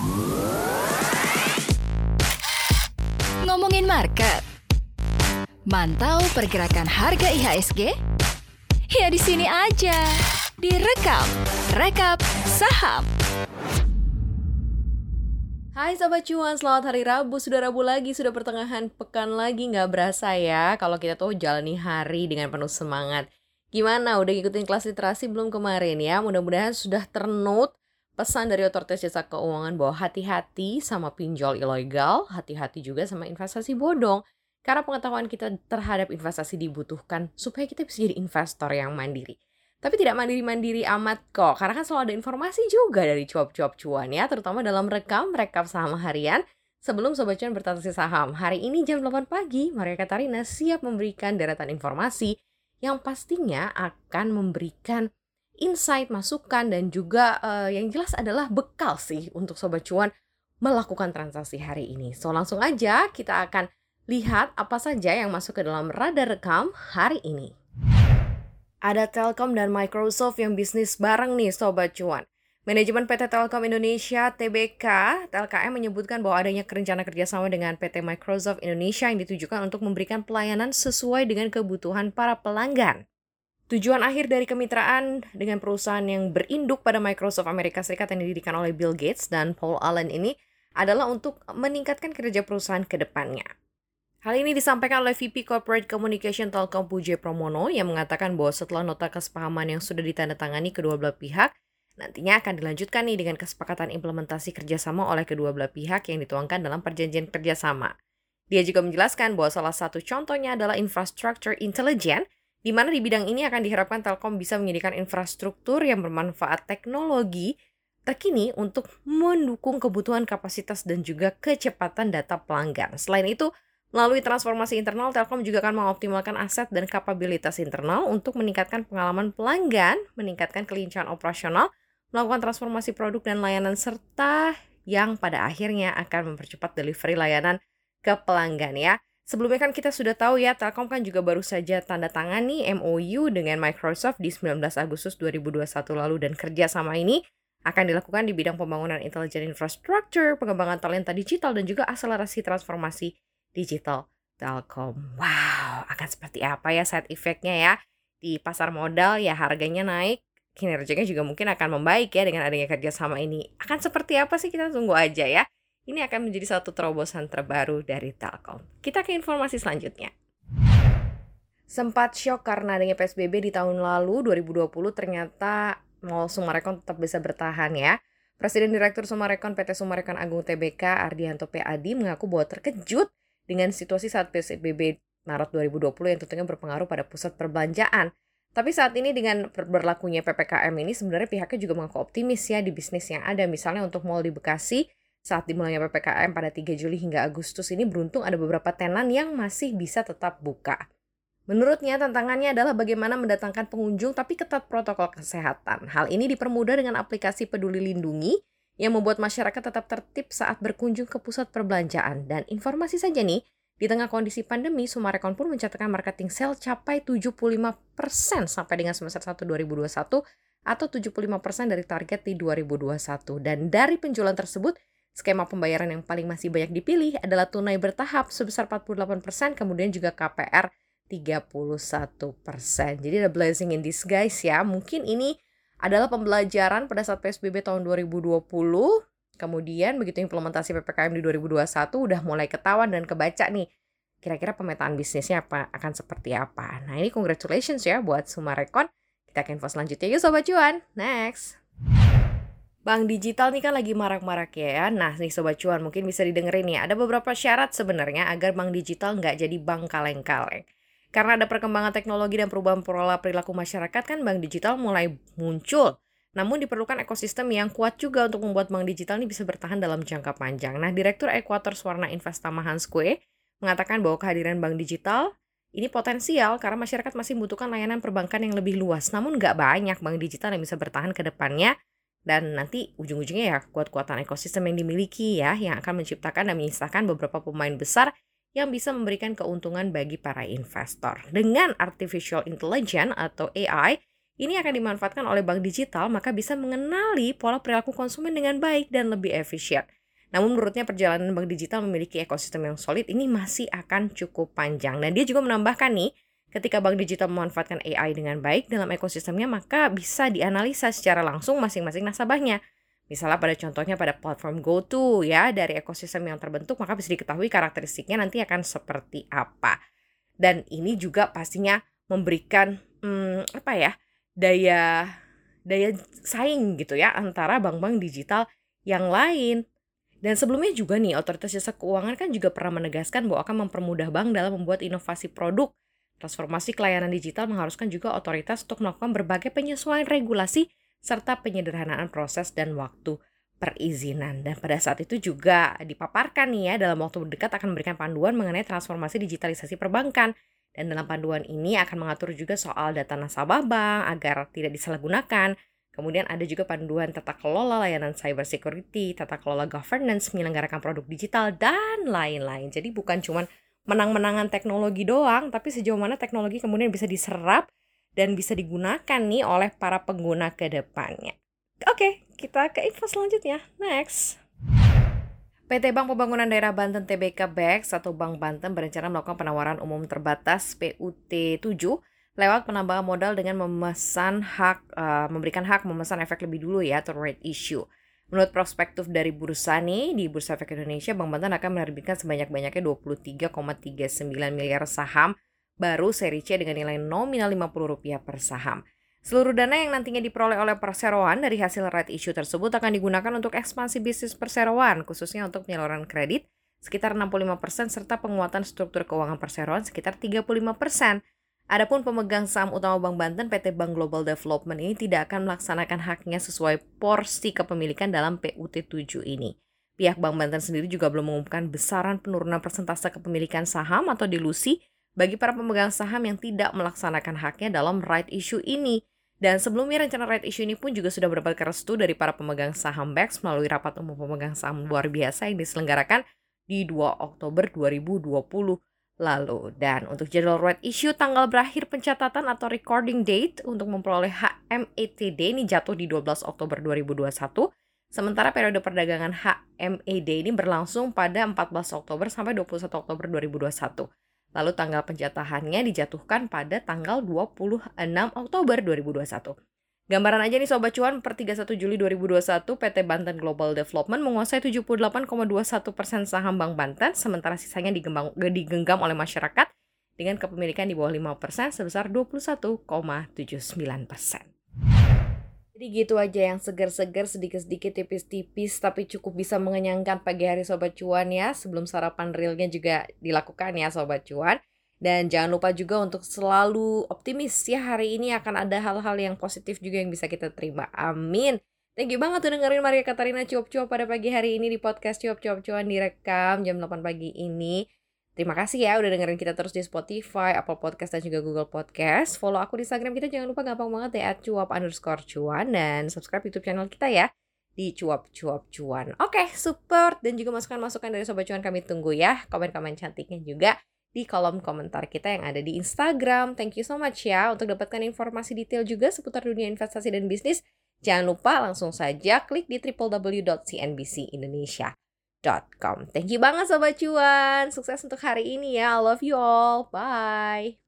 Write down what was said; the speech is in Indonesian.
Ngomongin market, mantau pergerakan harga IHSG? Ya di sini aja, direkap, rekap saham. Hai Sobat Cuan, selamat hari Rabu. Sudah Rabu lagi, sudah pertengahan pekan lagi. Nggak berasa ya kalau kita tuh jalani hari dengan penuh semangat. Gimana, udah ngikutin kelas literasi belum kemarin ya? Mudah-mudahan sudah ternote pesan dari Otoritas Jasa Keuangan bahwa hati-hati sama pinjol ilegal, hati-hati juga sama investasi bodong. Karena pengetahuan kita terhadap investasi dibutuhkan supaya kita bisa jadi investor yang mandiri. Tapi tidak mandiri-mandiri amat kok, karena kan selalu ada informasi juga dari cuap-cuap cuan ya, terutama dalam rekap saham harian sebelum Sobat Cuan bertransaksi saham. Hari ini jam 8 pagi, Maria Katarina siap memberikan deretan informasi yang pastinya akan memberikan insight, masukan, dan juga yang jelas adalah bekal sih untuk Sobat Cuan melakukan transaksi hari ini. So langsung aja kita akan lihat apa saja yang masuk ke dalam radar rekam hari ini. Ada Telkom dan Microsoft yang bisnis bareng nih Sobat Cuan. Manajemen PT Telkom Indonesia (TBK) TLKM menyebutkan bahwa adanya rencana kerjasama dengan PT Microsoft Indonesia yang ditujukan untuk memberikan pelayanan sesuai dengan kebutuhan para pelanggan. Tujuan akhir dari kemitraan dengan perusahaan yang berinduk pada Microsoft Amerika Serikat yang didirikan oleh Bill Gates dan Paul Allen ini adalah untuk meningkatkan kinerja perusahaan ke depannya. Hal ini disampaikan oleh VP Corporate Communication Telkom Puji Pramono yang mengatakan bahwa setelah nota kesepahaman yang sudah ditandatangani kedua belah pihak, nantinya akan dilanjutkan nih dengan kesepakatan implementasi kerjasama oleh kedua belah pihak yang dituangkan dalam perjanjian kerjasama. Dia juga menjelaskan bahwa salah satu contohnya adalah infrastruktur intelijen, di mana di bidang ini akan diharapkan Telkom bisa menyediakan infrastruktur yang bermanfaat teknologi terkini untuk mendukung kebutuhan kapasitas dan juga kecepatan data pelanggan. Selain itu, melalui transformasi internal, Telkom juga akan mengoptimalkan aset dan kapabilitas internal untuk meningkatkan pengalaman pelanggan, meningkatkan kelincahan operasional, melakukan transformasi produk dan layanan, serta yang pada akhirnya akan mempercepat delivery layanan ke pelanggan ya. Sebelumnya kan kita sudah tahu ya, Telkom kan juga baru saja tanda tangan nih MOU dengan Microsoft di 19 Agustus 2021 lalu, dan kerjasama ini akan dilakukan di bidang pembangunan intelijen infrastruktur, pengembangan talenta digital, dan juga akselerasi transformasi digital Telkom. Wow, akan seperti apa ya side effect-nya ya? Di pasar modal ya harganya naik, kinerjanya juga mungkin akan membaik ya dengan adanya kerjasama ini. Akan seperti apa sih, kita tunggu aja ya. Ini akan menjadi satu terobosan terbaru dari Telkom. Kita ke informasi selanjutnya. Sempat syok karena adanya PSBB di tahun lalu 2020, ternyata Mall Summarecon tetap bisa bertahan ya. Presiden Direktur Summarecon PT Summarecon Agung Tbk Ardianto P. Adi mengaku bahwa terkejut dengan situasi saat PSBB Maret 2020 yang tentunya berpengaruh pada pusat perbelanjaan. Tapi saat ini dengan berlakunya PPKM ini sebenarnya pihaknya juga mengaku optimis ya di bisnis yang ada. Misalnya untuk Mall di Bekasi, saat dimulainya PPKM pada 3 Juli hingga Agustus ini beruntung ada beberapa tenan yang masih bisa tetap buka. Menurutnya tantangannya adalah bagaimana mendatangkan pengunjung tapi ketat protokol kesehatan. Hal ini dipermudah dengan aplikasi Peduli Lindungi yang membuat masyarakat tetap tertib saat berkunjung ke pusat perbelanjaan. Dan informasi saja nih, di tengah kondisi pandemi, Summarecon pun mencatatkan marketing sale capai 75% sampai dengan semester 1 2021 atau 75% dari target di 2021. Dan dari penjualan tersebut, skema pembayaran yang paling masih banyak dipilih adalah tunai bertahap sebesar 48%, kemudian juga KPR 31%. Jadi ada blessing in disguise ya. Mungkin ini adalah pembelajaran pada saat PSBB tahun 2020, kemudian begitu implementasi PPKM di 2021 udah mulai ketahuan dan kebaca nih kira-kira pemetaan bisnisnya akan seperti apa. Nah ini congratulations ya buat Summarecon. Kita ke info selanjutnya yuk Sobat Cuan. Next. Bank digital nih kan lagi marak-marak ya. Nah nih Sobat Cuan mungkin bisa didengerin nih. Ada beberapa syarat sebenarnya agar bank digital nggak jadi bank kaleng-kaleng. Karena ada perkembangan teknologi dan perubahan pola perilaku masyarakat kan bank digital mulai muncul. Namun diperlukan ekosistem yang kuat juga untuk membuat bank digital ini bisa bertahan dalam jangka panjang. Nah, Direktur Ekuator Swarna Investama Hans Kue mengatakan bahwa kehadiran bank digital ini potensial karena masyarakat masih membutuhkan layanan perbankan yang lebih luas. Namun nggak banyak bank digital yang bisa bertahan ke depannya. Dan nanti ujung-ujungnya ya kuat-kuatan ekosistem yang dimiliki ya yang akan menciptakan dan menyisakan beberapa pemain besar yang bisa memberikan keuntungan bagi para investor. Dengan artificial intelligence atau AI, ini akan dimanfaatkan oleh bank digital, maka bisa mengenali pola perilaku konsumen dengan baik dan lebih efisien. Namun menurutnya perjalanan bank digital memiliki ekosistem yang solid ini masih akan cukup panjang. Dan dia juga menambahkan nih, ketika bank digital memanfaatkan AI dengan baik dalam ekosistemnya, maka bisa dianalisa secara langsung masing-masing nasabahnya. Misalnya pada platform GoTo ya, dari ekosistem yang terbentuk, maka bisa diketahui karakteristiknya nanti akan seperti apa. Dan ini juga pastinya memberikan daya saing gitu ya antara bank-bank digital yang lain. Dan sebelumnya juga nih, Otoritas Jasa Keuangan kan juga pernah menegaskan bahwa akan mempermudah bank dalam membuat inovasi produk. Transformasi kelayanan digital mengharuskan juga otoritas untuk melakukan berbagai penyesuaian regulasi serta penyederhanaan proses dan waktu perizinan. Dan pada saat itu juga dipaparkan nih ya, dalam waktu dekat akan memberikan panduan mengenai transformasi digitalisasi perbankan. Dan dalam panduan ini akan mengatur juga soal data nasabah bank agar tidak disalahgunakan. Kemudian ada juga panduan tata kelola layanan cyber security, tata kelola governance, menyelenggarakan produk digital, dan lain-lain. Jadi bukan cuma menang-menangan teknologi doang, tapi sejauh mana teknologi kemudian bisa diserap dan bisa digunakan nih oleh para pengguna ke depannya. Oke, kita ke info selanjutnya. Next. PT Bank Pembangunan Daerah Banten Tbk BEX atau Bank Banten berencana melakukan penawaran umum terbatas PUT 7 lewat penambahan modal dengan memberikan hak memesan efek lebih dulu ya atau right issue. Menurut prospektus dari bursa nih, di Bursa Efek Indonesia, Bank Banten akan menerbitkan sebanyak-banyaknya 23,39 miliar saham baru seri C dengan nilai nominal Rp50 per saham. Seluruh dana yang nantinya diperoleh oleh perseroan dari hasil right issue tersebut akan digunakan untuk ekspansi bisnis perseroan, khususnya untuk penyaluran kredit sekitar 65% serta penguatan struktur keuangan perseroan sekitar 35%. Adapun pemegang saham utama Bank Banten, PT Bank Global Development ini tidak akan melaksanakan haknya sesuai porsi kepemilikan dalam PUT 7 ini. Pihak Bank Banten sendiri juga belum mengumumkan besaran penurunan persentase kepemilikan saham atau dilusi bagi para pemegang saham yang tidak melaksanakan haknya dalam right issue ini. Dan sebelumnya rencana right issue ini pun juga sudah mendapatkan restu dari para pemegang saham BEX melalui rapat umum pemegang saham luar biasa yang diselenggarakan di 2 Oktober 2020 lalu. Dan untuk jadwal right issue, tanggal berakhir pencatatan atau recording date untuk memperoleh HMETD ini jatuh di 12 Oktober 2021. Sementara periode perdagangan HMED ini berlangsung pada 14 Oktober sampai 21 Oktober 2021. Lalu tanggal pencatatannya dijatuhkan pada tanggal 26 Oktober 2021. Gambaran aja nih Sobat Cuan, per 31 Juli 2021, PT Banten Global Development menguasai 78,21% saham Bank Banten, sementara sisanya digenggam oleh masyarakat dengan kepemilikan di bawah 5% sebesar 21,79%. Jadi gitu aja yang segar-segar, sedikit-sedikit, tipis-tipis, tapi cukup bisa mengenyangkan pagi hari Sobat Cuan ya. Sebelum sarapan realnya juga dilakukan ya Sobat Cuan. Dan jangan lupa juga untuk selalu optimis ya, hari ini akan ada hal-hal yang positif juga yang bisa kita terima. Amin. Thank you banget udah dengerin Maria Katarina cuap-cuap pada pagi hari ini di podcast Cuap-Cuap Cuan direkam jam 8 pagi ini. Terima kasih ya udah dengerin kita terus di Spotify, Apple Podcast, dan juga Google Podcast. Follow aku di Instagram kita, jangan lupa, gampang banget ya, @cuap_cuan. Dan subscribe YouTube channel kita ya, di Cuap-Cuap Cuan. Oke, support dan juga masukan-masukan dari Sobat Cuan kami tunggu ya. Komen-komen cantiknya juga di kolom komentar kita yang ada di Instagram. Thank you so much ya. Untuk dapatkan informasi detail juga seputar dunia investasi dan bisnis, jangan lupa langsung saja klik di www.cnbcindonesia.com. Thank you banget Sobat Cuan. Sukses untuk hari ini ya. I love you all. Bye.